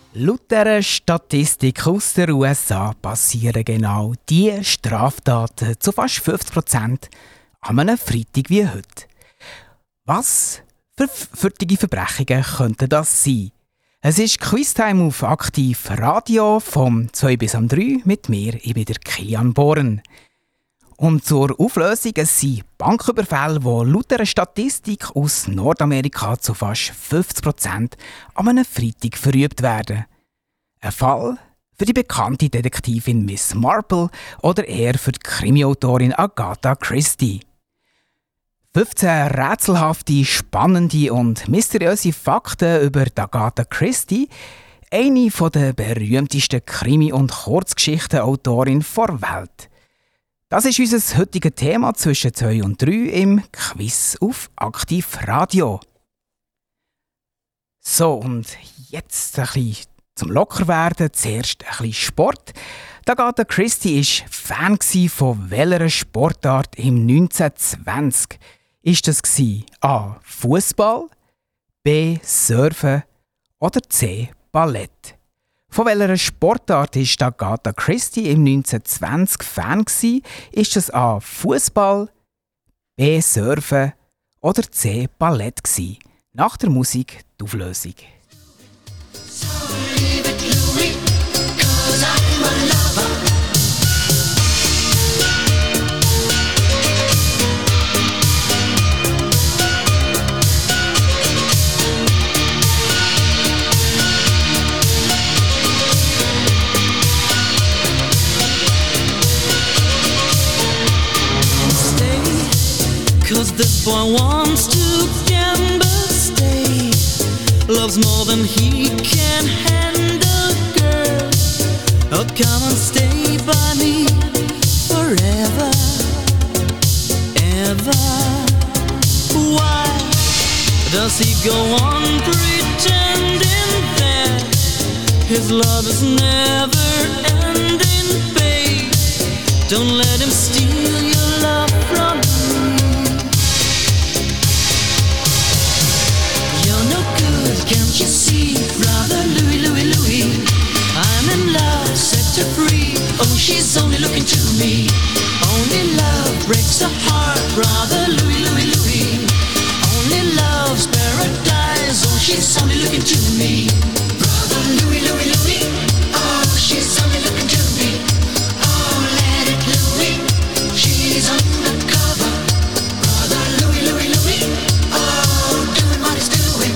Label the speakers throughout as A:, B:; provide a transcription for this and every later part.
A: Laut dieser Statistik aus den USA passieren genau diese Straftaten zu fast 50% an einem Freitag wie heute. Was für solche Verbrechungen könnten das sein? Es ist Quiztime auf Aktiv Radio vom 2 bis am 3 mit mir, ich bin der Kilian Bohren. Und zur Auflösung, es sind Banküberfälle, die laut einer Statistik aus Nordamerika zu fast 50% an einem Freitag verübt werden. Ein Fall für die bekannte Detektivin Miss Marple oder eher für die Krimiautorin Agatha Christie. 15 rätselhafte, spannende und mysteriöse Fakten über Agatha Christie, eine der berühmtesten Krimi- und Kurzgeschichtenautorinnen der Welt. Das ist unser heutiges Thema zwischen 2 und 3 im Quiz auf Aktiv Radio. So, und jetzt ein bisschen zum Lockerwerden. Zuerst ein bisschen Sport. Agatha Christie war Fan von welcher Sportart im 1920? Ist das A. Fußball, B. Surfen oder C. Ballett? Von welcher Sportart war Agatha Christie im 1920 Fan? Ist das A. Fußball, B. Surfen oder C. Ballett? Nach der Musik die Auflösung.
B: Cause this boy wants to gamble, stay. Loves more than he can handle, girl. Oh, come and stay by me forever, ever. Why does he go on pretending that his love is never ending, babe? Don't let him steal your love from me. Can't you see, brother Louie, Louie, Louie? I'm in love, set her free. Oh, she's only looking to me. Only love breaks the heart, brother Louie, Louie, Louie. Only love's paradise. Oh, she's only looking to me. Brother Louie, Louie, Louie. Oh, she's only looking to me. Oh, let it Louie. She's undercover. Brother Louie, Louie, Louie. Oh, doing what he's doing.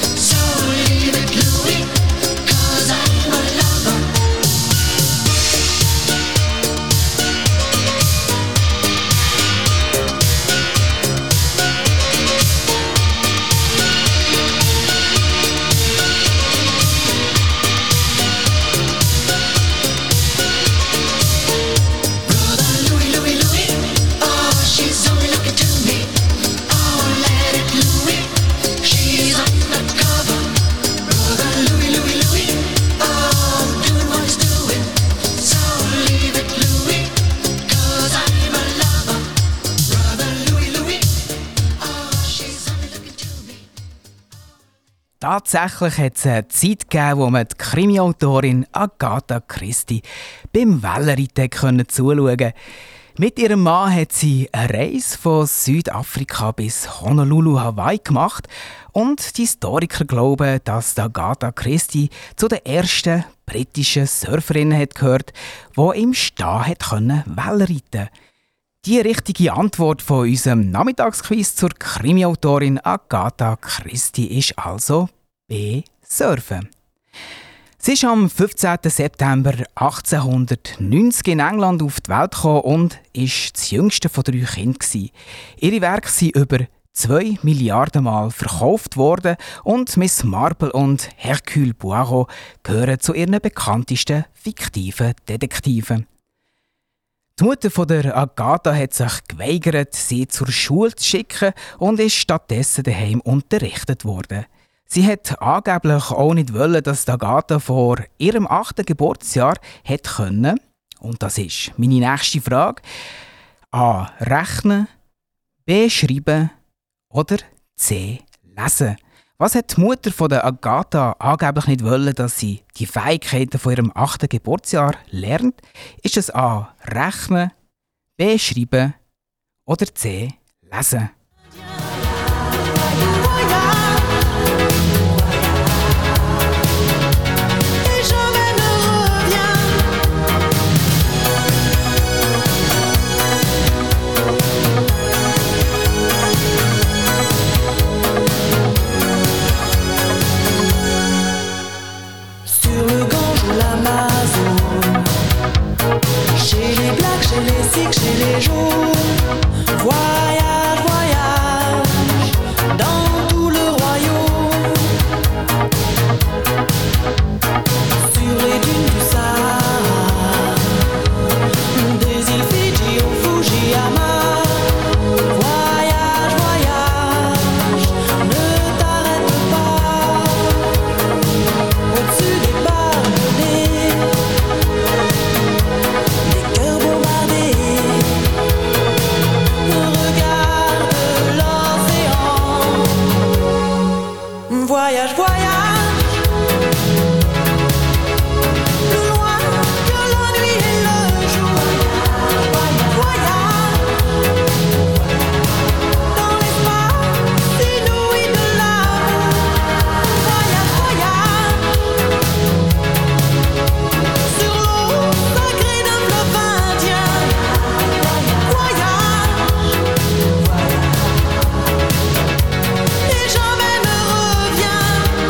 A: Tatsächlich hat es eine Zeit gegeben, wo man die Krimiautorin Agatha Christie beim Wellenreiten zuschauen konnte. Mit ihrem Mann hat sie eine Reise von Südafrika bis Honolulu, Hawaii gemacht und die Historiker glauben, dass Agatha Christie zu den ersten britischen Surferinnen hat gehört, die im Stehen Wellenreiten konnte. Die richtige Antwort von unserem Nachmittagsquiz zur Krimiautorin Agatha Christie ist also B. Surfen. Sie ist am 15. September 1890 in England auf die Welt gekommen und ist das jüngste von 3 Kindern. Ihre Werke sind über 2 Milliarden Mal verkauft worden und Miss Marple und Hercule Poirot gehören zu ihren bekanntesten fiktiven Detektiven. Die Mutter von der Agatha hat sich geweigert, sie zur Schule zu schicken und ist stattdessen daheim unterrichtet worden. Sie hat angeblich auch nicht wollen, dass Agatha vor ihrem 8. Geburtsjahr hätte können. Und das ist meine nächste Frage. A. Rechnen, B. Schreiben oder C. Lesen. Was hat die Mutter von der Agatha angeblich nicht wollen, dass sie die Fähigkeiten von ihrem 8. Geburtsjahr lernt? Ist es A. Rechnen, B. Schreiben oder C. Lesen?
B: Chez les blacks, chez les sikhs, chez les jaunes, voyage, voyage, dans tout le royaume. Sur les dunes du Sahara, des îles Fidji au Fujiyama, voyage, voyage, ne t'arrête pas. Au-dessus des barbelés, voyage, voyage, plus loin que la nuit et le jour. Voyage, dans l'espace inouï de l'amour. Voyage, voyage, sur l'eau sacrée d'un fleuve indien. Voyage, et jamais ne reviens.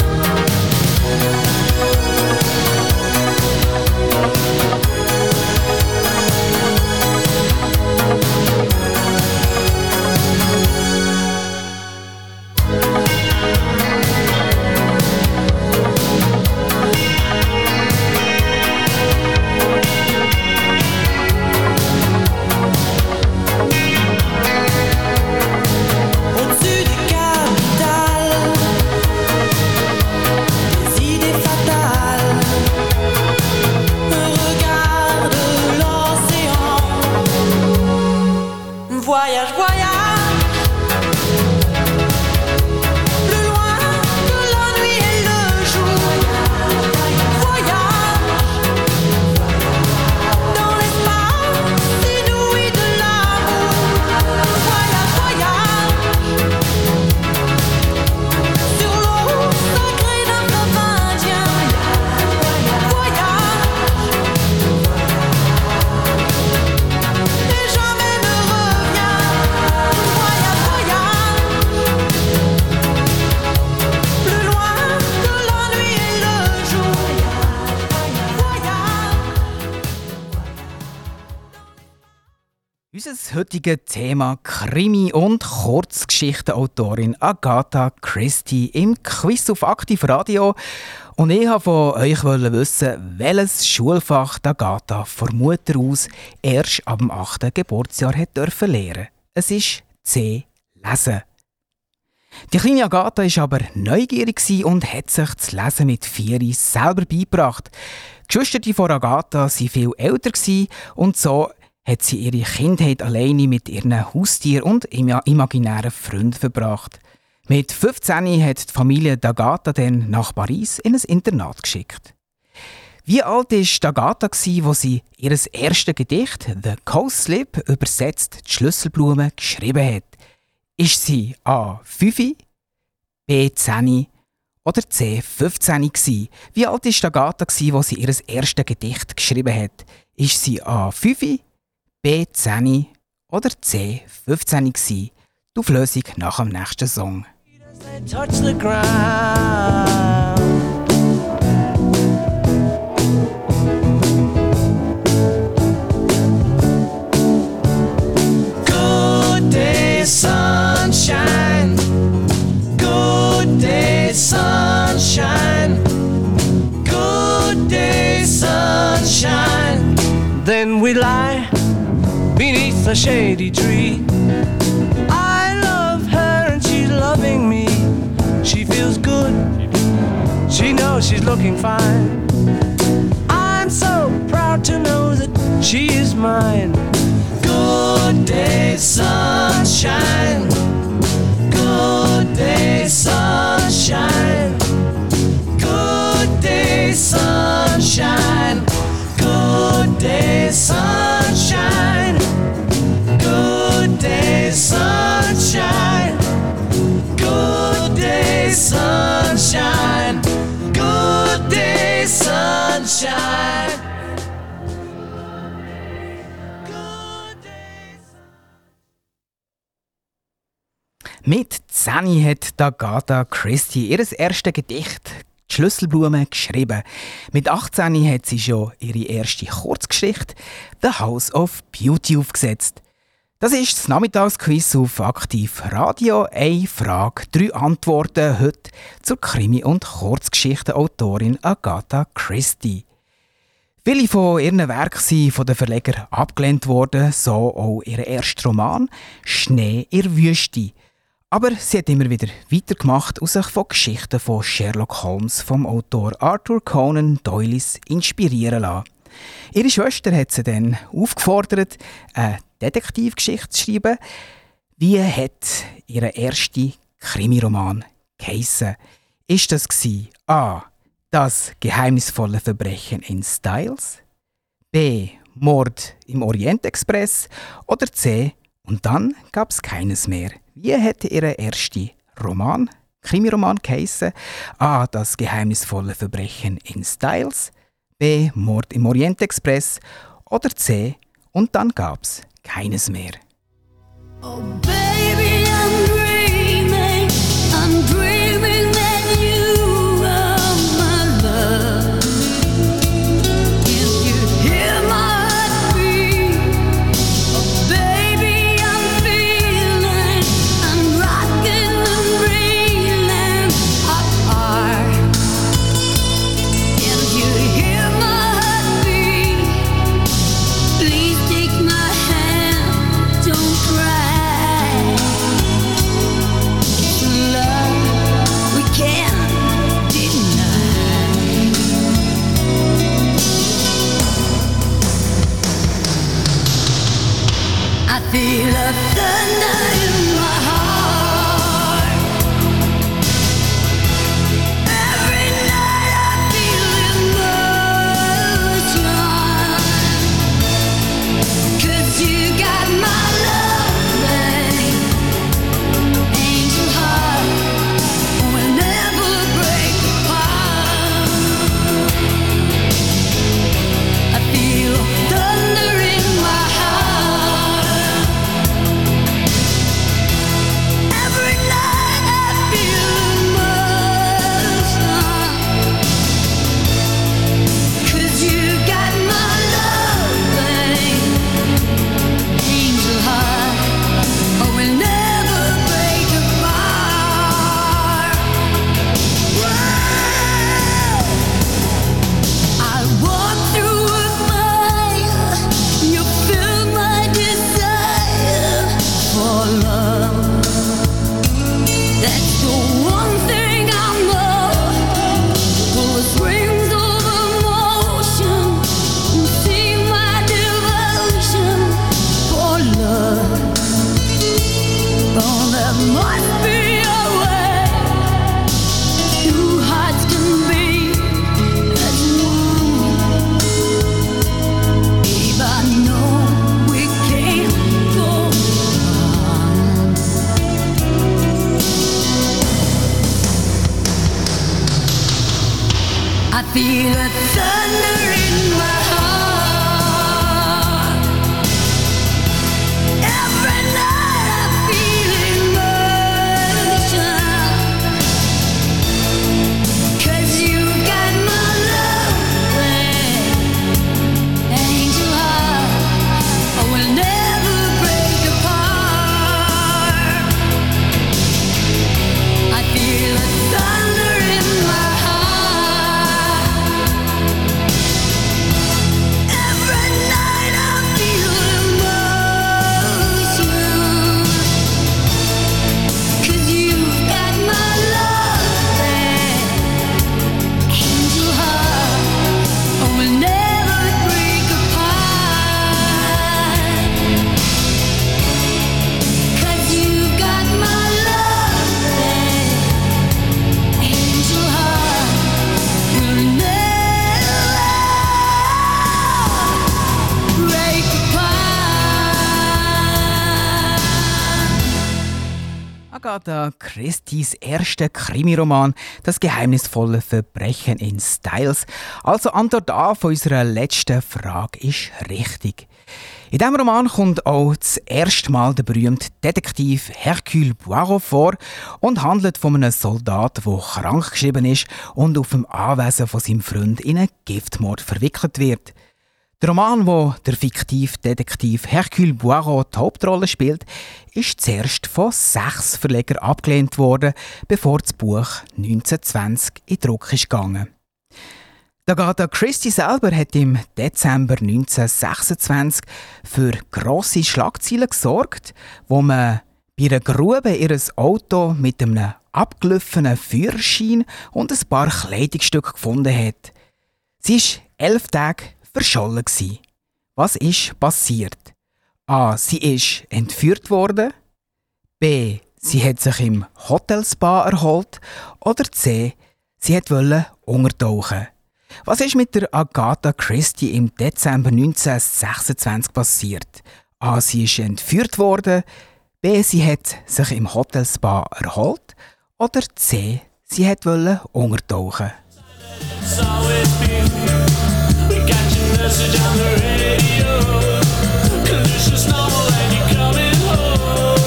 B: Au-dessus des capitales, des idées fatales, regarde l'océan. Voyage, voyage, plus loin que la nuit et le jour. Voyage, dans l'espace inouï de l'amour. Voyage, voyage, sur l'eau sacrée d'un fleuve indien. Voyage, et jamais ne reviens. Voyage, voyage, plus loin que la nuit et le jour. Voyage.
A: Unser heutiges Thema Krimi- und Kurzgeschichtenautorin Agatha Christie im Quiz auf Aktiv Radio. Und ich wollte von euch wissen, welches Schulfach die Agatha von Mutter aus erst ab dem 8. Geburtsjahr hat lernen durfte. Es ist C. Lesen. Die kleine Agatha war aber neugierig und hat sich das Lesen mit 4 selber beigebracht. Die Geschwister von Agatha waren viel älter und so hat sie ihre Kindheit alleine mit ihren Haustieren und imaginären Freunden verbracht. Mit 15 hat die Familie Agatha dann nach Paris in ein Internat geschickt. Wie alt war Agatha, als sie ihr erstes Gedicht «The Coast Slip» übersetzt «Die Schlüsselblume» geschrieben hat? Ist sie A. 5, B. 10 oder C. 15 gsi? Wie alt war Agatha, als sie ihr erstes Gedicht geschrieben hat? Ist sie A. 5, B. 10 oder C. 15 gsi? Die Auflösung nach dem nächsten Song.
B: Touch the ground. Good day, sunshine. Good day, sunshine. Good day, sunshine. Then we lie beneath a shady tree. I love her and she's loving me. She feels good, she knows she's looking fine. I'm so proud to know that she is mine. Good day, sunshine. Good day, sunshine. sunshine. Good day, sunshine.
A: Mit 10 hat Agatha Christie ihr erstes Gedicht «Die Schlüsselblume» geschrieben. Mit 18 hat sie schon ihre erste Kurzgeschichte «The House of Beauty» aufgesetzt. Das ist das Nachmittagsquiz auf Aktiv Radio. Eine Frage, 3 Antworten heute zur Krimi- und Kurzgeschichtenautorin Agatha Christie. Viele von ihren Werken sind von den Verlegern abgelehnt worden, so auch ihr erster Roman «Schnee in der Wüste». Aber sie hat immer wieder weitergemacht und sich von Geschichten von Sherlock Holmes vom Autor Arthur Conan Doyle inspirieren lassen. Ihre Schwester hat sie dann aufgefordert, eine Detektivgeschichte zu schreiben. Wie hat ihr erster Krimiroman geheissen? Ist das A. Das geheimnisvolle Verbrechen in Styles? B. Mord im Orientexpress? Oder C. Und dann gab es keines mehr. Wie hätte ihr erster Roman, Krimiroman geheissen? A. Das geheimnisvolle Verbrechen in Styles. B. Mord im Orientexpress. Oder C. Und dann gab es keines mehr.
C: Oh baby, I'm dreaming that you are my love. If you hear my heart beat, oh baby, I'm feeling, I'm rocking and reeling apart. If you hear my heart beat, please take my hand, don't cry. Love we can't deny. I feel a thunder in my heart. Every night I feel emotion. 'Cause you got my love, babe. Angel heart will never break apart. I feel thunder in my heart. Every night I feel emotion. 'Cause you got my love, babe. Angel heart, oh, we'll never break apart. Whoa. I walk through a fire, you fill my desire for love. That's the one thing I know. Those rings of emotion, see my devotion for love. Oh, there must be a way. Two hearts can beat as one. Babe, I know we can't go on. I feel a thunder in my heart. Every night I feel emotion. 'Cause you got my love, babe. Angel heart, oh, we'll never break apart. I feel a thunder in my heart.
A: Agatha Christies erster Krimiroman «Das geheimnisvolle Verbrechen in Styles». Also Antwort A von unserer letzten Frage ist richtig. In diesem Roman kommt auch das erste Mal der berühmte Detektiv Hercule Poirot vor und handelt von einem Soldat, der krankgeschrieben ist und auf dem Anwesen von seinem Freund in einen Giftmord verwickelt wird. Der Roman, wo der fiktive Detektiv Hercule Poirot die Hauptrolle spielt, ist zuerst von 6 Verlegern abgelehnt worden, bevor das Buch 1920 in Druck ist gegangen. Agatha Christie selber hat im Dezember 1926 für grosse Schlagzeilen gesorgt, wo man bei einer Grube ihr Auto mit einem abgelaufenen Führerschein und ein paar Kleidungsstücke gefunden hat. Sie war 11 Tage verschollen. Was ist passiert? A. Sie ist entführt worden. B. Sie hat sich im Hotelspa erholt. Oder C. Sie wollte untertauchen. Was ist mit der Agatha Christie im Dezember 1926 passiert? A. Sie ist entführt worden. B. Sie hat sich im Hotelspa erholt. Oder C. Sie wollte untertauchen. Message on the radio. Conditions normal and you're coming home.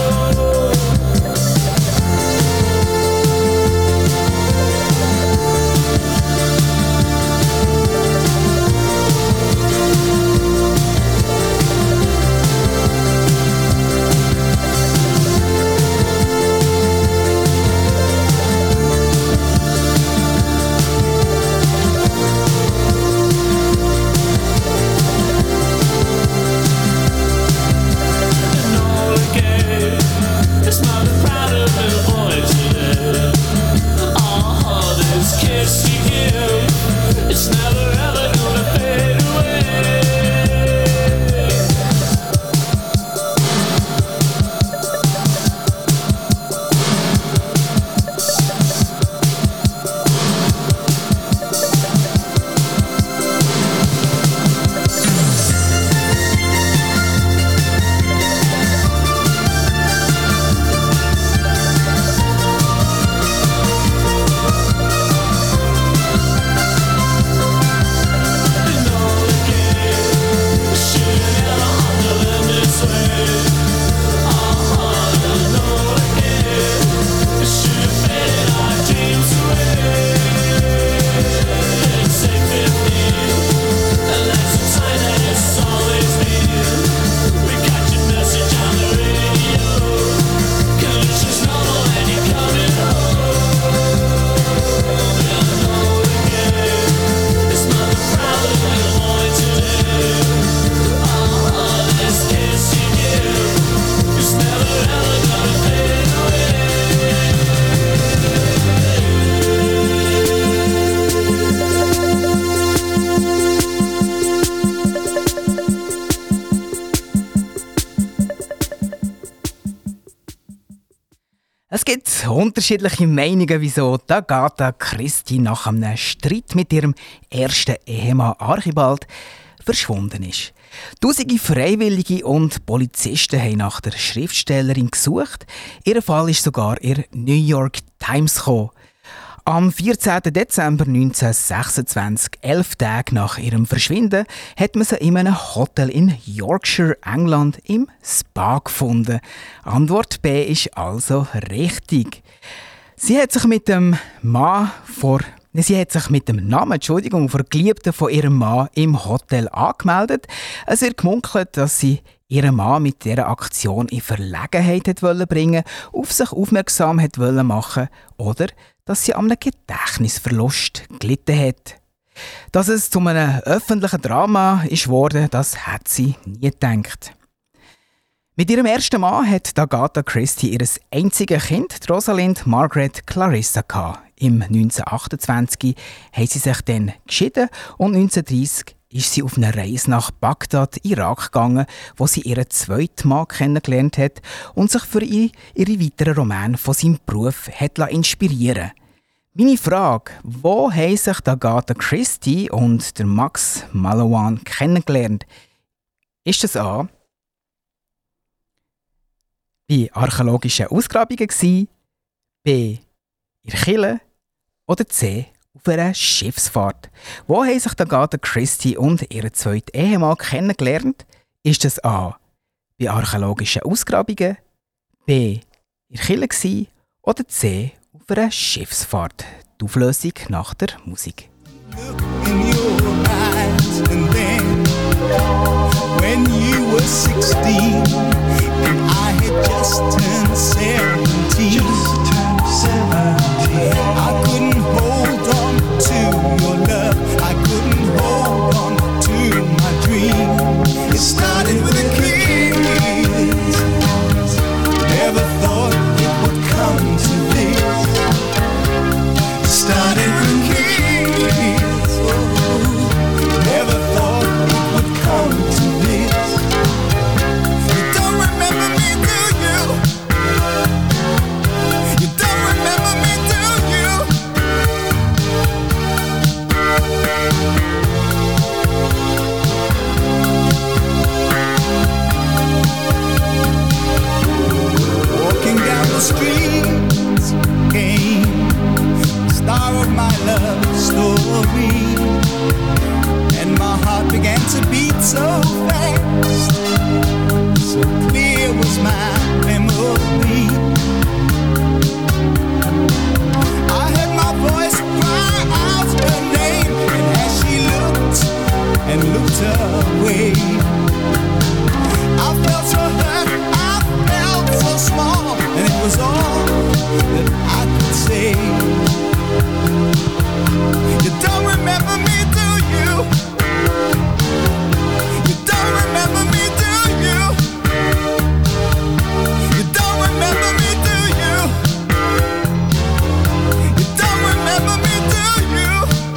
A: Es gibt unterschiedliche Meinungen, wieso Agatha Christie nach einem Streit mit ihrem ersten Ehemann Archibald verschwunden ist. Tausende Freiwillige und Polizisten haben nach der Schriftstellerin gesucht. Ihr Fall ist sogar in New York Times gekommen. Am 14. Dezember 1926, 11 Tage nach ihrem Verschwinden, hat man sie in einem Hotel in Yorkshire, England, im Spa gefunden. Antwort B ist also richtig. Sie hat sich mit dem Namen vor Geliebten von ihrem Mann im Hotel angemeldet. Es wird gemunkelt, dass sie ihren Mann mit dieser Aktion in Verlegenheit bringen wollte, auf sich aufmerksam machen oder dass sie an einem Gedächtnisverlust gelitten hat. Dass es zu einem öffentlichen Drama ist worden, das hat sie nie gedacht. Mit ihrem ersten Mann hat Agatha Christie ihr einziges Kind, Rosalind Margaret Clarissa, gehabt. Im 1928 haben sie sich dann geschieden und 1930 ist sie auf eine Reise nach Bagdad, Irak gegangen, wo sie ihren zweiten Mann kennengelernt hat und sich für ihre weiteren Romane von seinem Beruf hat inspirieren. Meine Frage: Wo haben sich Agatha Christie und der Max Mallowan kennengelernt? Ist das A. bei archäologischen Ausgrabungen, B. in der Kirche oder C. auf einer Schiffsfahrt? Wo haben sich Agatha Christie und ihr zweiter Ehemann kennengelernt? Ist das A. bei archäologischen Ausgrabungen, B. in der Kirche gewesen, oder C. auf einer Schiffsfahrt? Die Auflösung nach der Musik.
D: In your eyes, and then when you were 16 and I had just turned 17, I couldn't hold on to your love, I couldn't hold on to my dream. It started with a kiss, never thought it would come to this. It started with a kiss. Never thought it would come to this. You don't remember me, do you? You don't remember me, do you? Walking down the streets came the star of my love story. And my heart began to beat so fast, so clear was my memory. I heard my voice cry out her name, and as she looked and looked away, I felt so hurt, I felt so small, and it was all that I could say. You don't remember me, do you? You don't remember me, do you? You don't remember me, do you? You don't remember me, do you?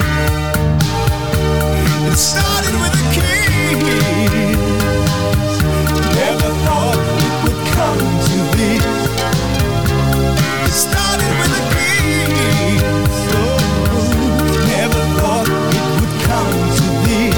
D: It started with a kiss. Never thought it would come to this. It started with a kiss. Oh, never thought it would come to this.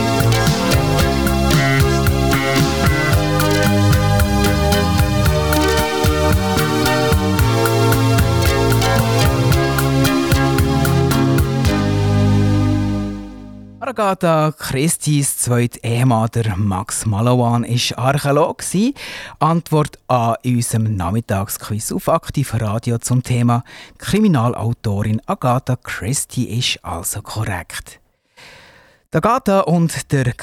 A: Agatha Christies zweiter Ehemann, der Max Mallowan, war Archäologe. Antwort A in unserem Nachmittagsquiz auf Aktiv Radio zum Thema Kriminalautorin Agatha Christie ist also korrekt. Die Agatha und der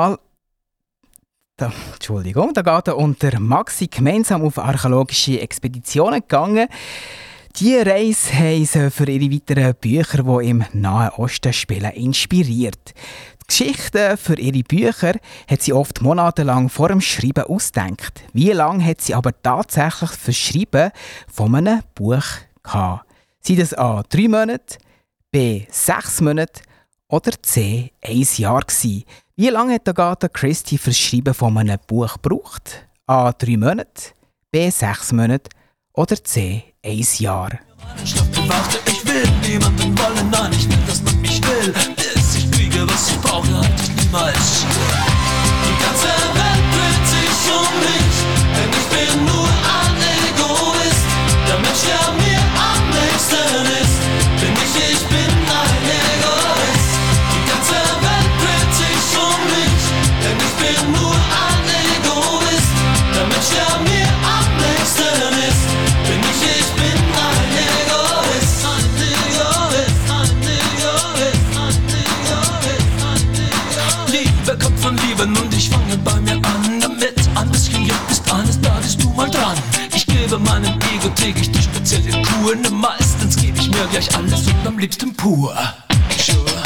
A: Agatha und der Max sind gemeinsam auf archäologische Expeditionen gegangen. Diese Reise haben sie für ihre weiteren Bücher, die im Nahen Osten spielen, inspiriert. Die Geschichten für ihre Bücher hat sie oft monatelang vor dem Schreiben ausgedacht. Wie lange hat sie aber tatsächlich für das Schreiben von einem Buch gehabt? Sind das A. 3 Monate, B. 6 Monate oder C. 1 Jahr gewesen? Wie lange hat Agatha Christie für das Schreiben von einem Buch gebraucht? A. 3 Monate, B. 6 Monate oder C. 1 Jahr.
E: Stoff gewachte, ich will niemanden wollen, nein, ich will, dass man mich will. Bis ich kriege, was ich brauche, halt ich niemals. Die ganze Welt dreht sich um mich, denn ich bin nur ein Egoist. Der Mensch, der mir am nächsten ist, bin ich bin ein Egoist. Die ganze Welt dreht sich um mich, denn ich bin nur ein Egoist. Der Mensch, der mir am nächsten ist, bin ich bin ein Egoist, ein Egoist, ein Egoist, ein Egoist. Liebe kommt von Lieben und ich fange bei mir an, damit alles klingt, ist eines Tages du mal dran. Ich gebe meinem Ego täglich die spezielle Kur, ne meistens gebe ich mir gleich alles und am liebsten pur. Sure.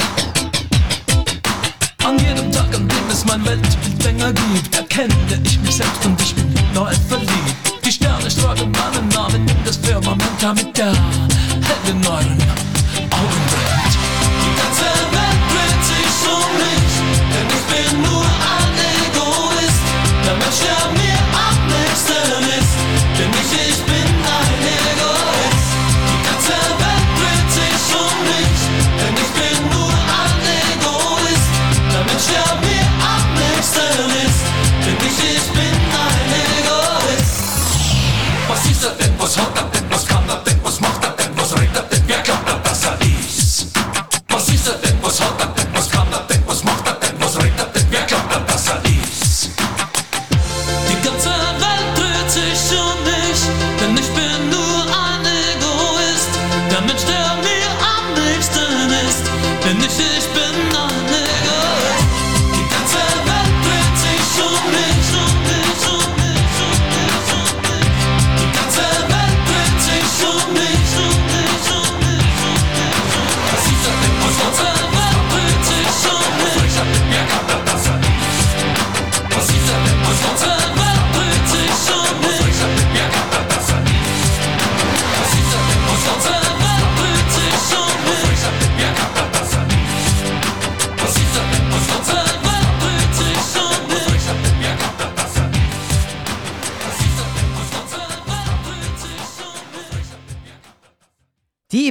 E: An jedem Tag, an dem es mein Weltbild länger gibt, erkenne ich mich selbst und ich bin neu verliebt. Die Sterne strahlen meinen Namen in das Firmament, damit der Held in euren Augen brennt. Die ganze Welt dreht sich um mich, denn ich bin nur ein Egoist. Der Mensch, der mir am nächsten ist, bin ich bin ein Egoist. Die ganze Welt dreht sich um mich, denn ich bin nur ein Egoist. Der Mensch, der mir am nächsten ist, bin ich bin ein Egoist. Was ist er denn, was hat er denn, was kann er denn, was macht er denn,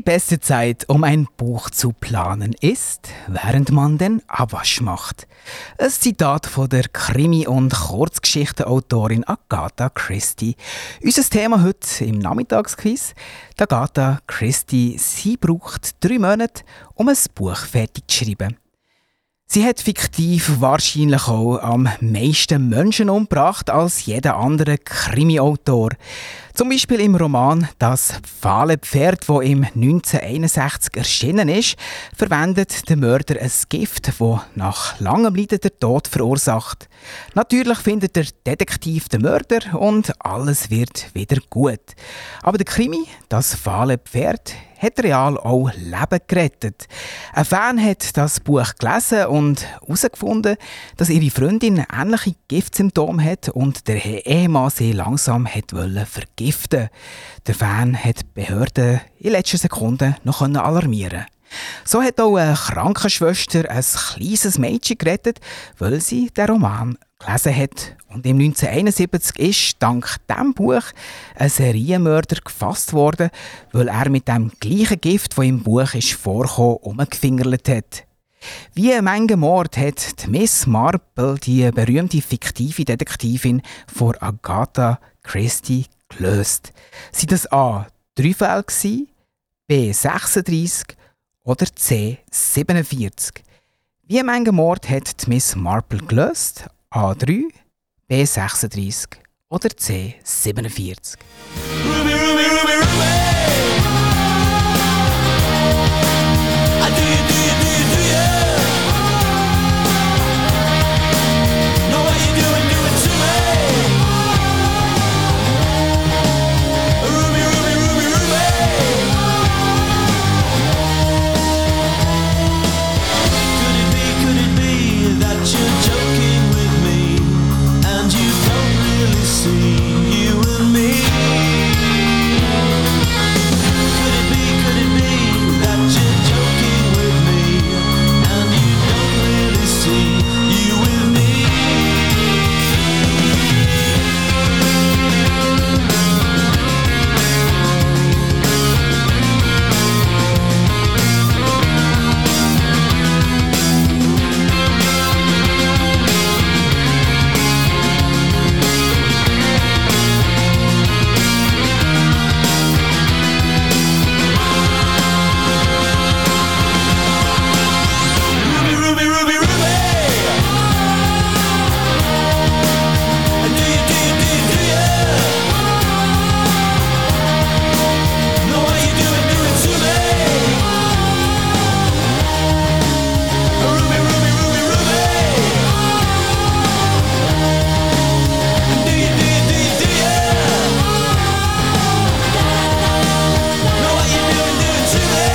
A: beste Zeit, um ein Buch zu planen, ist, während man den Abwasch macht. Ein Zitat von der Krimi- und Kurzgeschichtenautorin Agatha Christie. Unser Thema heute im Nachmittagsquiz. Agatha Christie, sie braucht 3 Monate, um ein Buch fertig zu schreiben. Sie hat fiktiv wahrscheinlich auch am meisten Menschen umgebracht als jeder andere Krimi-Autor. Zum Beispiel im Roman «Das fahle Pferd», das im 1961 erschienen ist, verwendet der Mörder ein Gift, das nach langem Leiden den Tod verursacht. Natürlich findet der Detektiv den Mörder und alles wird wieder gut. Aber der Krimi «Das fahle Pferd» hat real auch Leben gerettet. Ein Fan hat das Buch gelesen und herausgefunden, dass ihre Freundin ähnliche Giftsymptome hat und der Ehemann sie langsam vergiften. Der Fan hat die Behörden in letzter Sekunde noch alarmieren. So hat auch eine Krankenschwester ein kleines Mädchen gerettet, weil sie den Roman gelesen hat. Und im 1971 ist dank diesem Buch ein Serienmörder gefasst worden, weil er mit dem gleichen Gift, das im Buch ist vorgekommen, umgefingert hat. Wie manchen Mord hat die Miss Marple, die berühmte fiktive Detektivin von Agatha Christie, gelöst. Sind das A. 3 Fälle gewesen, B. 36 oder C. 47? Wie manchen Mord hat die Miss Marple gelöst? A. 3, B. 36 oder C. 47?
E: Ruby, Ruby, Ruby, Ruby. I do you, do you, do you, do you? Know what you doing, do it to me. Ruby, Ruby, Ruby, Ruby. Could it be that you're joking with me and you don't really see you and me? Could it be that you're joking with me and you don't really see you with me? Ruby, Ruby, Ruby, Ruby. And do you, do you, do you, do you? Know what you doing, do it to me. Ruby, Ruby, Ruby, Ruby. And do you, do you, do you, do you? Know what you doing, do it to me.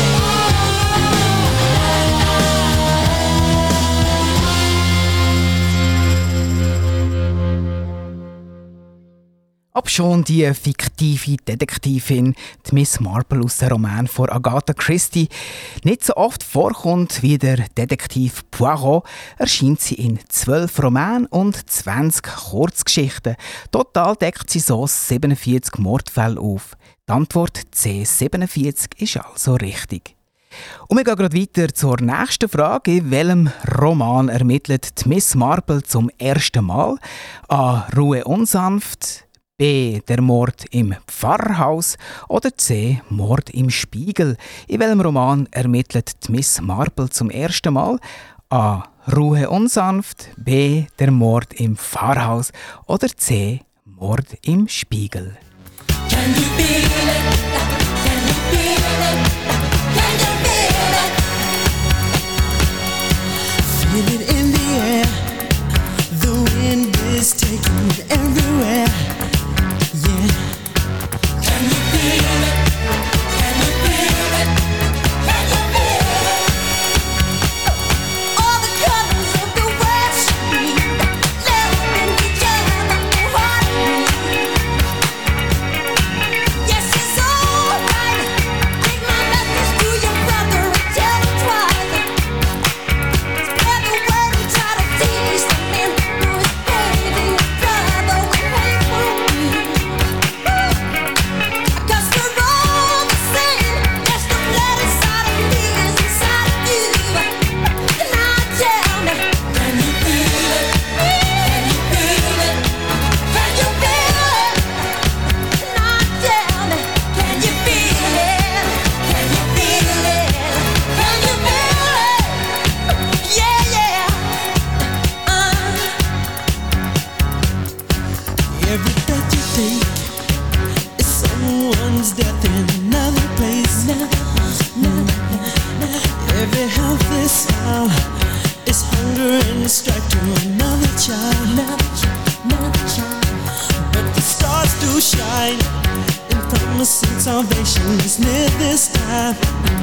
A: Ob schon die fiktive Detektivin, die Miss Marple aus dem Roman von Agatha Christie, nicht so oft vorkommt wie der Detektiv Poirot, erscheint sie in 12 Romanen und 20 Kurzgeschichten. Total deckt sie so 47 Mordfälle auf. Die Antwort C47 ist also richtig. Und wir gehen gerade weiter zur nächsten Frage. In welchem Roman ermittelt die Miss Marple zum ersten Mal? A. Ruhe unsanft, B. Der Mord im Pfarrhaus oder C. Mord im Spiegel. In welchem Roman ermittelt die Miss Marple zum ersten Mal? A. Ruhe unsanft, B. Der Mord im Pfarrhaus oder C. Mord im Spiegel.
C: Can you feel it? Can you feel it? Can you feel it?
B: Feel it in the air. The wind is taking me everywhere. Yeah.
C: Can you feel it? Can you feel it? Can you feel it? All the colors of the world should be loving each other to heartbeat. Yes, it's alright. Take my message to your brother and tell him twice. Spread the word and try to teach the man who is crazy, brother with hateful
B: stripe to another child. But the stars do shine in promising salvation is near this time.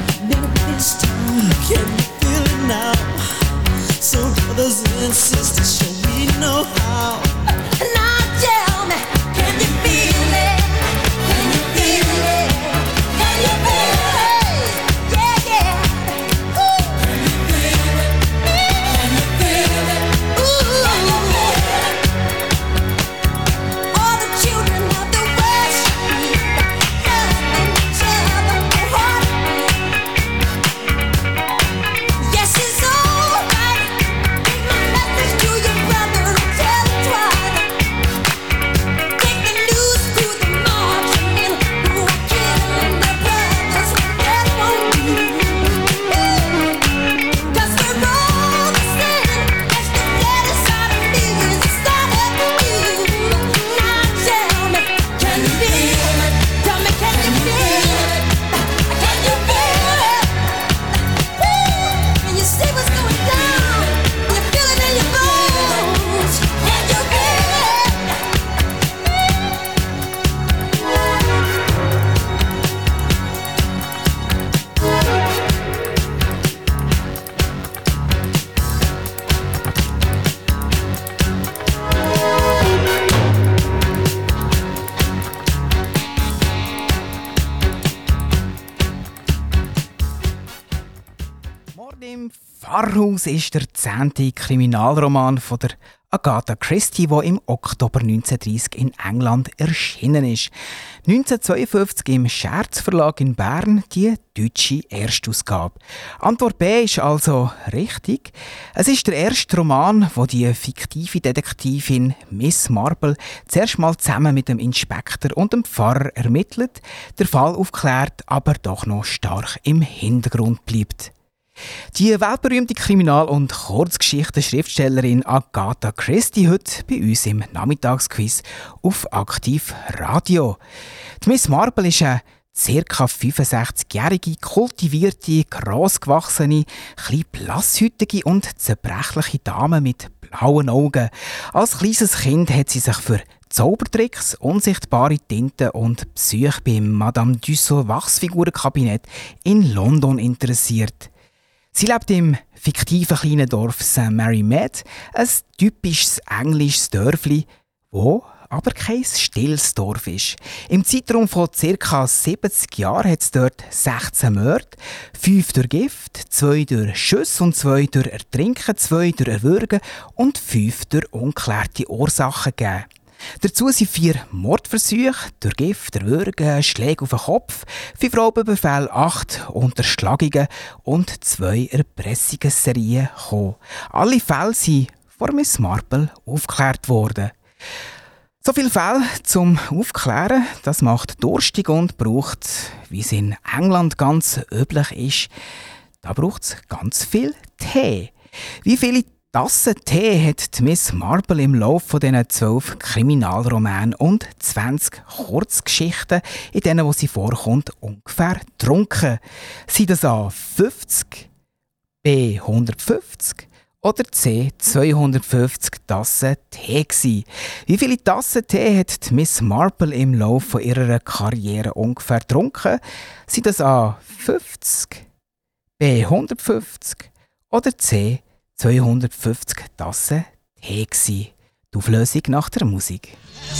B: Can you feel it now? So brothers and sisters, shall we know how?
C: Now tell me, can you feel it? Can you feel it? Can you feel it? Yeah, yeah. Ooh. Can you feel it? Can you feel it? Ooh. Can you feel it? All the children of the world should be loving each other wholeheartedly. Yes, it's alright. Take my message to your brother and tell him twice. Take the news to the marching men who are killing their brothers with death won't do. 'Cause we're all the same. That's the dead inside of me is inside of you. Now tell me, can you feel it? Tell me, can you feel it? Can you feel it? Can you see what's going down? You feel it in your bones. Can you feel it?
A: Mord im Pfarrhaus ist der 10. Kriminalroman von der Agatha Christie, der im Oktober 1930 in England erschienen ist. 1952 im Scherz Verlag in Bern die deutsche Erstausgabe. Antwort B ist also richtig. Es ist der erste Roman, wo die fiktive Detektivin Miss Marple zuerst mal zusammen mit dem Inspektor und dem Pfarrer ermittelt, der Fall aufklärt, aber doch noch stark im Hintergrund bleibt. Die weltberühmte Kriminal- und Kurzgeschichten-Schriftstellerin Agatha Christie heute bei uns im Nachmittagsquiz auf Aktiv Radio. Die Miss Marple ist eine ca. 65-jährige, kultivierte, grossgewachsene, etwas blasshütige und zerbrechliche Dame mit blauen Augen. Als kleines Kind hat sie sich für Zaubertricks, unsichtbare Tinten und Psyche beim Madame Dussault Wachsfigurenkabinett in London interessiert. Sie lebt im fiktiven kleinen Dorf St. Mary Mead, ein typisches englisches Dörfli, wo aber kein stilles Dorf ist. Im Zeitraum von ca. 70 Jahren hat es dort 16 Morde, 5 durch Gift, 2 durch Schüsse und 2 durch Ertrinken, 2 durch Erwürgen und 5 durch ungeklärte Ursachen gegeben. Dazu sind 4 Mordversuche, durch Gift, Erwürgen, Schläge auf den Kopf, 5 Raubüberfälle, 8 Unterschlagungen und 2 Erpressungsserien gekommen. Alle Fälle sind von Miss Marple aufgeklärt worden. So viele Fälle zum Aufklären, das macht durstig und braucht, wie es in England ganz üblich ist, da braucht es ganz viel Tee. Wie viele Tassen Tee hat die Miss Marple im Laufe dieser 12 Kriminalromanen und 20 Kurzgeschichten, in denen wo sie vorkommt, ungefähr getrunken? Sind das A 50, B 150 oder C 250 Tassen Tee gewesen? Wie viele Tassen Tee hat die Miss Marple im Laufe ihrer Karriere ungefähr getrunken? Sind das A 50, B 150 oder C 250 Tassen Tee gsi. Die Auflösung nach der Musik.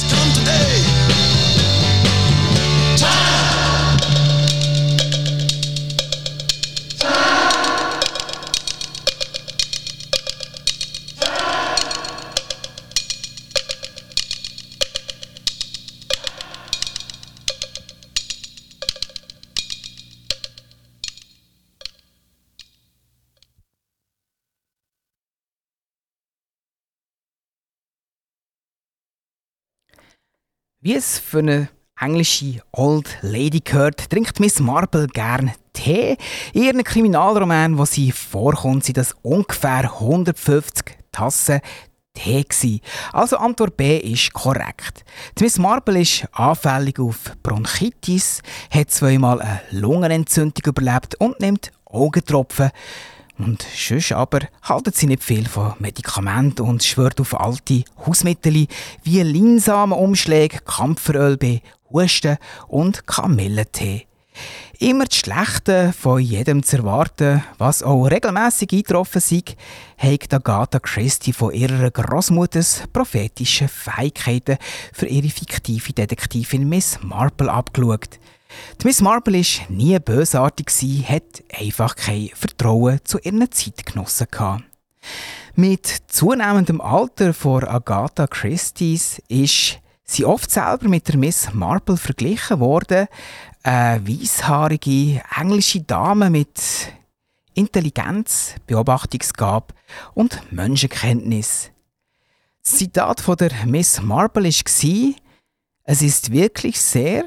A: Wie es für eine englische Old Lady gehört, trinkt Miss Marple gern Tee. In ihren Kriminalromanen, wo sie vorkommt, sind das ungefähr 150 Tassen Tee gewesen. Also Antwort B ist korrekt. Die Miss Marple ist anfällig auf Bronchitis, hat 2-mal eine Lungenentzündung überlebt und nimmt Augentropfen. Und sonst aber halten sie nicht viel von Medikamenten und schwört auf alte Hausmittel wie Linsamenumschläge, Kampferöl bei Husten und Kamillentee. Immer das Schlechte von jedem zu erwarten, was auch regelmässig eingetroffen sei, hat Agatha Christie von ihrer Großmutters prophetischen Fähigkeiten für ihre fiktive Detektivin Miss Marple abgeschaut. Die Miss Marple war nie bösartig, hat einfach kein Vertrauen zu ihren Zeitgenossen gehabt. Mit zunehmendem Alter von Agatha Christies ist sie oft selber mit der Miss Marple verglichen worden. Eine weisshaarige englische Dame mit Intelligenz, Beobachtungsgabe und Menschenkenntnis. Das Zitat von der Miss Marple war: Es ist wirklich sehr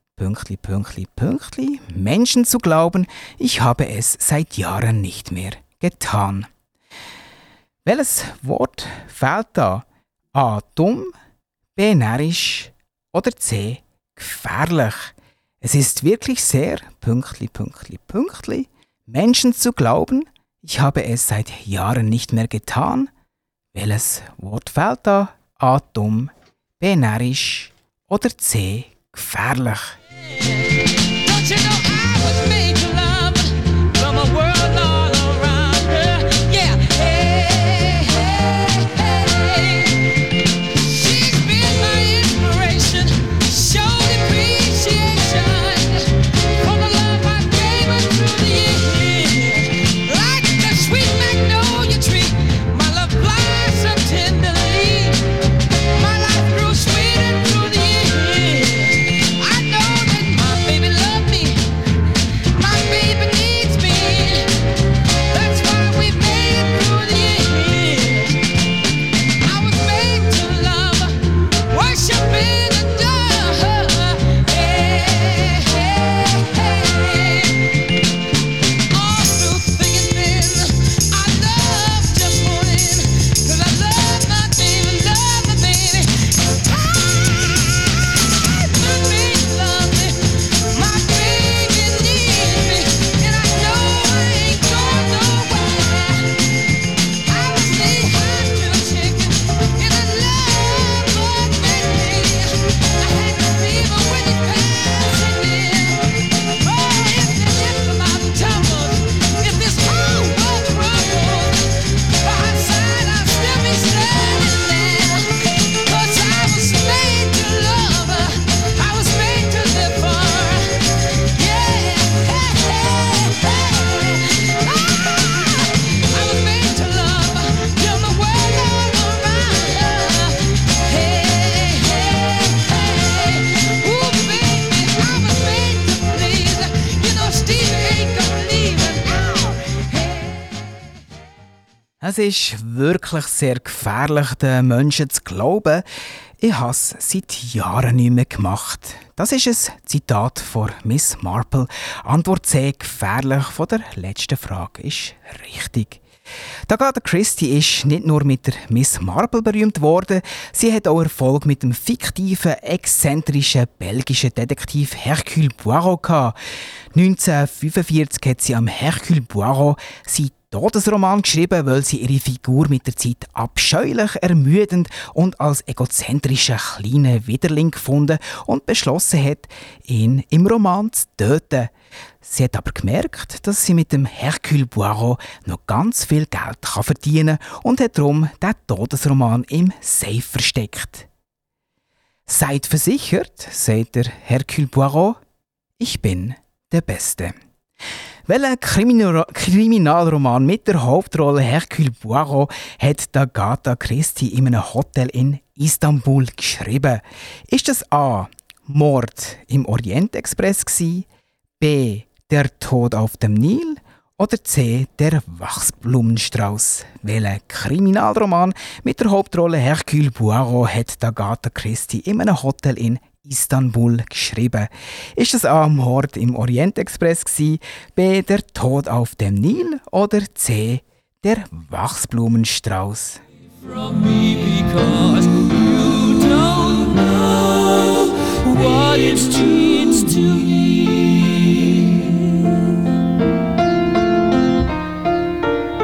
A: Menschen zu glauben, ich habe es seit Jahren nicht mehr getan. Welches Wort fehlt da? A. Dumm, B. Närrisch oder C. Gefährlich? Es ist wirklich sehr Menschen zu glauben, ich habe es seit Jahren nicht mehr getan. Welches Wort fehlt da? A. Dumm, B. Närrisch oder C. Gefährlich?
B: Don't you know I was made to love from a world all around her? Yeah, hey, hey, hey. She's been my inspiration, showed appreciation for the love I gave her through the years. Like the sweet magnolia tree, my love blossomed tenderly. My life grew sweeter through the years. I know that my baby loves me, my baby needs me. That's why we made it through the years. I was made to love, worship and adore. Hey, hey, hey. All through thick and thin, I love just one in, 'cause I love my baby, love my baby. My baby loves me, my baby needs me, and I know I ain't going nowhere. I was knee-high to a chicken, and I love what made me. I had the fever when you passed in. Oh, if the ship about tumbles, if this whole world crumbles, by her side I'll still be standing there. 'Cause I was made to love her, I was made to live for her. Yeah, hey, hey, hey. I was made to love her, till the world all around her. Hey, hey, hey. Ooh, baby, I was made to please her. You know Stevie ain't gonna leave her now.
A: Es ist wirklich sehr gefährlich, den Menschen zu glauben. Ich habe es seit Jahren nicht mehr gemacht. Das ist ein Zitat von Miss Marple. Antwort C, gefährlich, von der letzten Frage ist richtig. Agatha Christie ist nicht nur mit der Miss Marple berühmt worden, sie hat auch Erfolg mit dem fiktiven, exzentrischen belgischen Detektiv Hercule Poirot gehabt. 1945 hat sie am Hercule Poirot seinen Todesroman geschrieben, weil sie ihre Figur mit der Zeit abscheulich, ermüdend und als egozentrischen kleinen Widerling gefunden und beschlossen hat, ihn im Roman zu töten. Sie hat aber gemerkt, dass sie mit dem Hercule Poirot noch ganz viel Geld verdienen kann und hat darum den Todesroman im Safe versteckt. Seid versichert, sagt der Hercule Poirot, ich bin der Beste. Welcher Kriminalroman mit der Hauptrolle Hercule Poirot hat Agatha Christie in einem Hotel in Istanbul geschrieben? Ist das A. Mord im Orientexpress gsi, B. Der Tod auf dem Nil oder C. Der Wachsblumenstrauß? Welcher Kriminalroman mit der Hauptrolle Hercule Poirot hat Agatha Christie in einem Hotel in Istanbul geschrieben? Ist es A. Mord im Orientexpress gsi, B. Der Tod auf dem Nil oder C. Der Wachsblumenstrauß?
E: From me because you don't know what it means to me.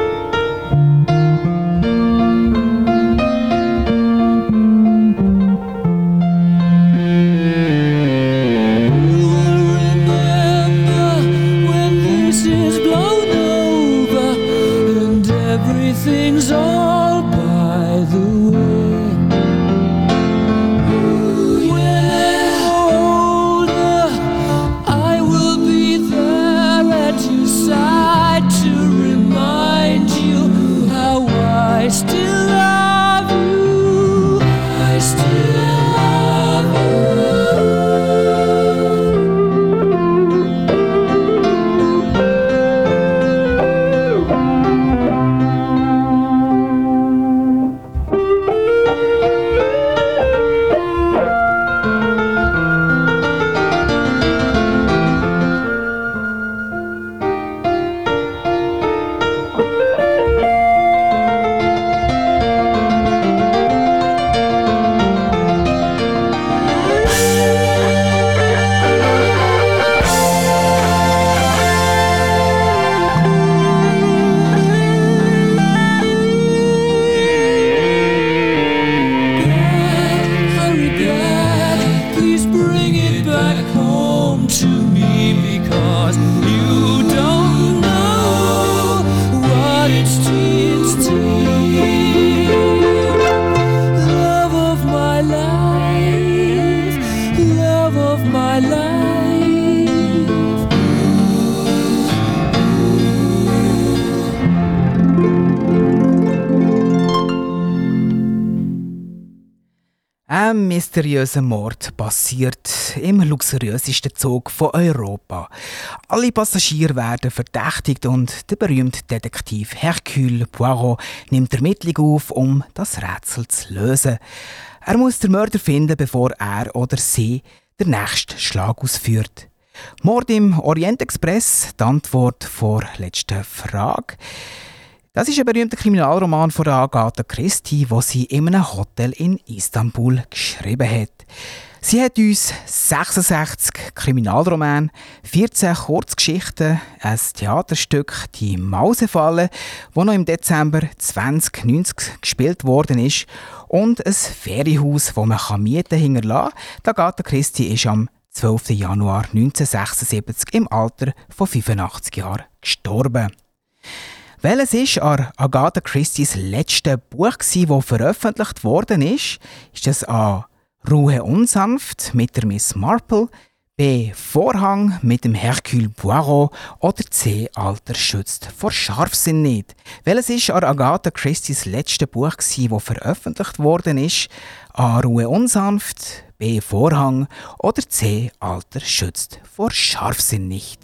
A: Ein mysteriöser Mord passiert im luxuriösesten Zug von Europa. Alle Passagiere werden verdächtigt und der berühmte Detektiv Hercule Poirot nimmt Ermittlungen auf, um das Rätsel zu lösen. Er muss den Mörder finden, bevor er oder sie den nächsten Schlag ausführt. Mord im Orient Express, die Antwort vor letzter Frage. Das ist ein berühmter Kriminalroman von Agatha Christie, den sie in einem Hotel in Istanbul geschrieben hat. Sie hat uns 66 Kriminalromane, 14 Kurzgeschichten, ein Theaterstück «Die Mausefalle», das noch im Dezember 2090 gespielt worden ist, und ein Ferienhaus, das man mieten hinterlassen kann. Agatha Christie ist am 12. Januar 1976 im Alter von 85 Jahren gestorben. Welches war Agatha Christies letztes Buch, das veröffentlicht worden ist? Ist das A. Ruhe unsanft mit der Miss Marple, B. Vorhang mit dem Hercule Poirot oder C. Alter schützt vor Scharfsinn nicht? Welches war Agatha Christies letztes Buch, das veröffentlicht worden ist? A. Ruhe unsanft, B. Vorhang oder C. Alter schützt vor Scharfsinn nicht?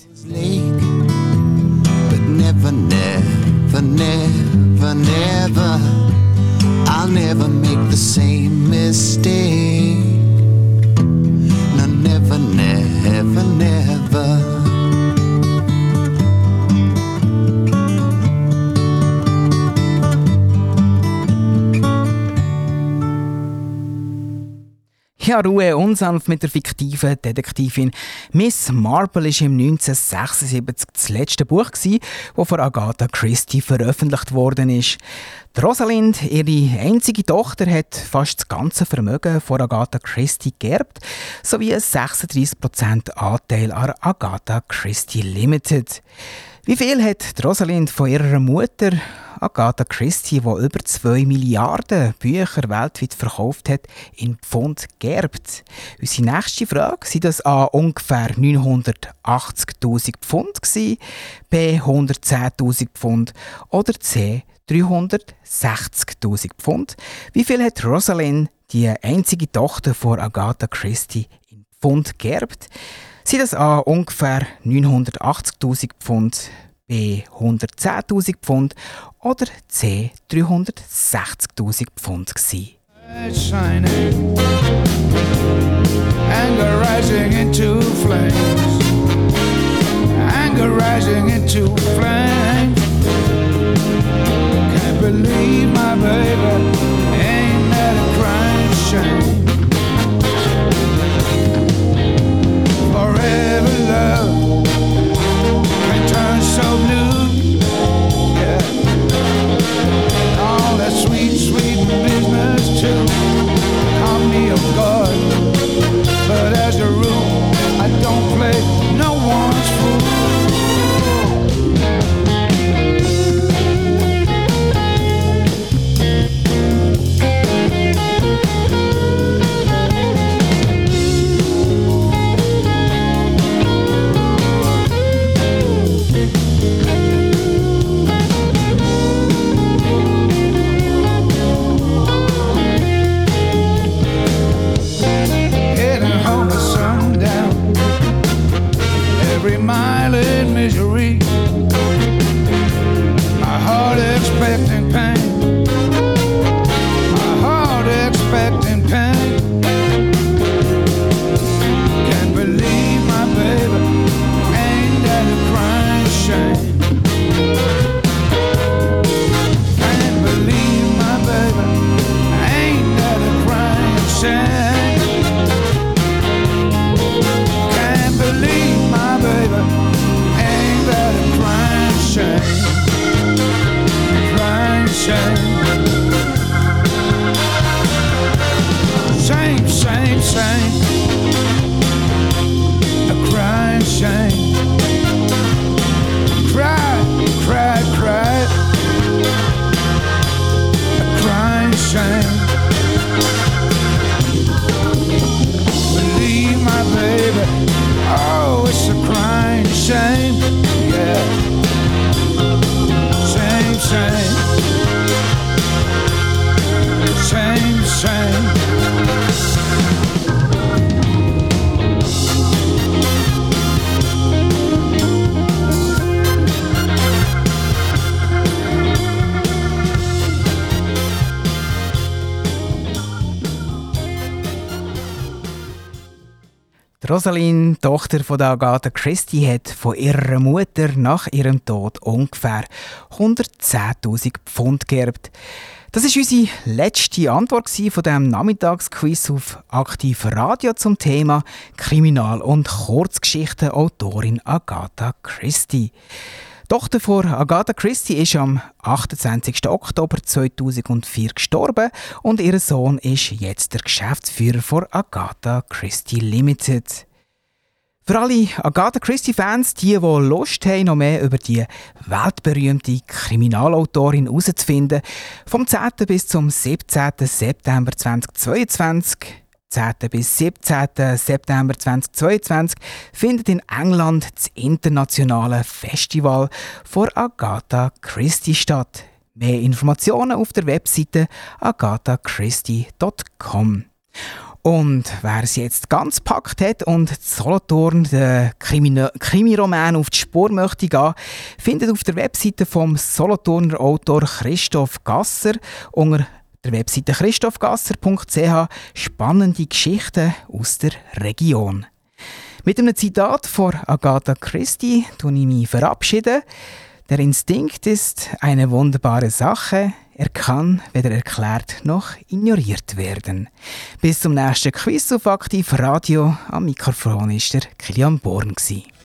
F: Never, never, never, never, I'll never make the same mistake. No, never, never, never.
A: Ja, Ruhe unsanft mit der fiktiven Detektivin Miss Marple ist im 1976 das letzte Buch, das von Agatha Christie veröffentlicht worden ist. Die Rosalind, ihre einzige Tochter, hat fast das ganze Vermögen von Agatha Christie geerbt, sowie einen 36% Anteil an Agatha Christie Limited. Wie viel hat die Rosalind von ihrer Mutter Agatha Christie, die über 2 Milliarden Bücher weltweit verkauft hat, in Pfund geerbt? Unsere nächste Frage: sind das A. ungefähr 980'000 Pfund gewesen, B. 110'000 Pfund oder C. 360'000 Pfund? Wie viel hat Rosalind, die einzige Tochter von Agatha Christie, in Pfund geerbt? Sind das A. ungefähr 980'000 Pfund, B. 110'000 Pfund oder C. 360'000 Pfund gewesen?
G: Shining, anger rising into flames, anger rising into flames. Can't believe my baby, ain't that a crying shame? Forever love can turn so blue, yeah. All that sweet, sweet business too caught me off guard, but as a rule I don't play no one's fool. Mile in misery, my heart expecting pain, my heart expecting pain. Can't believe my baby, ain't that a crying shame? Can't believe my baby, ain't that a crying shame? Can't believe my baby, ain't that a crying shame? Crying shame. Shame, shame, shame. A crying shame. Cry, cry, cry. A crying shame. Believe my baby, oh, it's a crying shame, yeah. Shame, shame. Shame, shame.
A: Rosalind, Tochter von der Agatha Christie, hat von ihrer Mutter nach ihrem Tod ungefähr 110'000 Pfund geerbt. Das war unsere letzte Antwort von diesem Nachmittagsquiz auf Aktiv Radio zum Thema Kriminal- und Kurzgeschichtenautorin Agatha Christie. Die Tochter von Agatha Christie ist am 28. Oktober 2004 gestorben und ihr Sohn ist jetzt der Geschäftsführer von Agatha Christie Limited. Für alle Agatha Christie-Fans, die Lust haben, noch mehr über die weltberühmte Kriminalautorin herauszufinden, vom 10. bis zum 17. September 2022, 10. bis 17. September 2022 findet in England das internationale Festival von Agatha Christie statt. Mehr Informationen auf der Webseite agathachristie.com. Und wer es jetzt ganz packt hat und Solothurn den Krimiroman auf die Spur möchte gehen, findet auf der Webseite vom Solothurner Autor Christoph Gasser unter der Webseite christophgasser.ch spannende Geschichten aus der Region. Mit einem Zitat von Agatha Christie verabschiede ich mich. Der Instinkt ist eine wunderbare Sache. Er kann weder erklärt noch ignoriert werden. Bis zum nächsten Quiz auf Aktiv Radio. Am Mikrofon war der Kilian Born.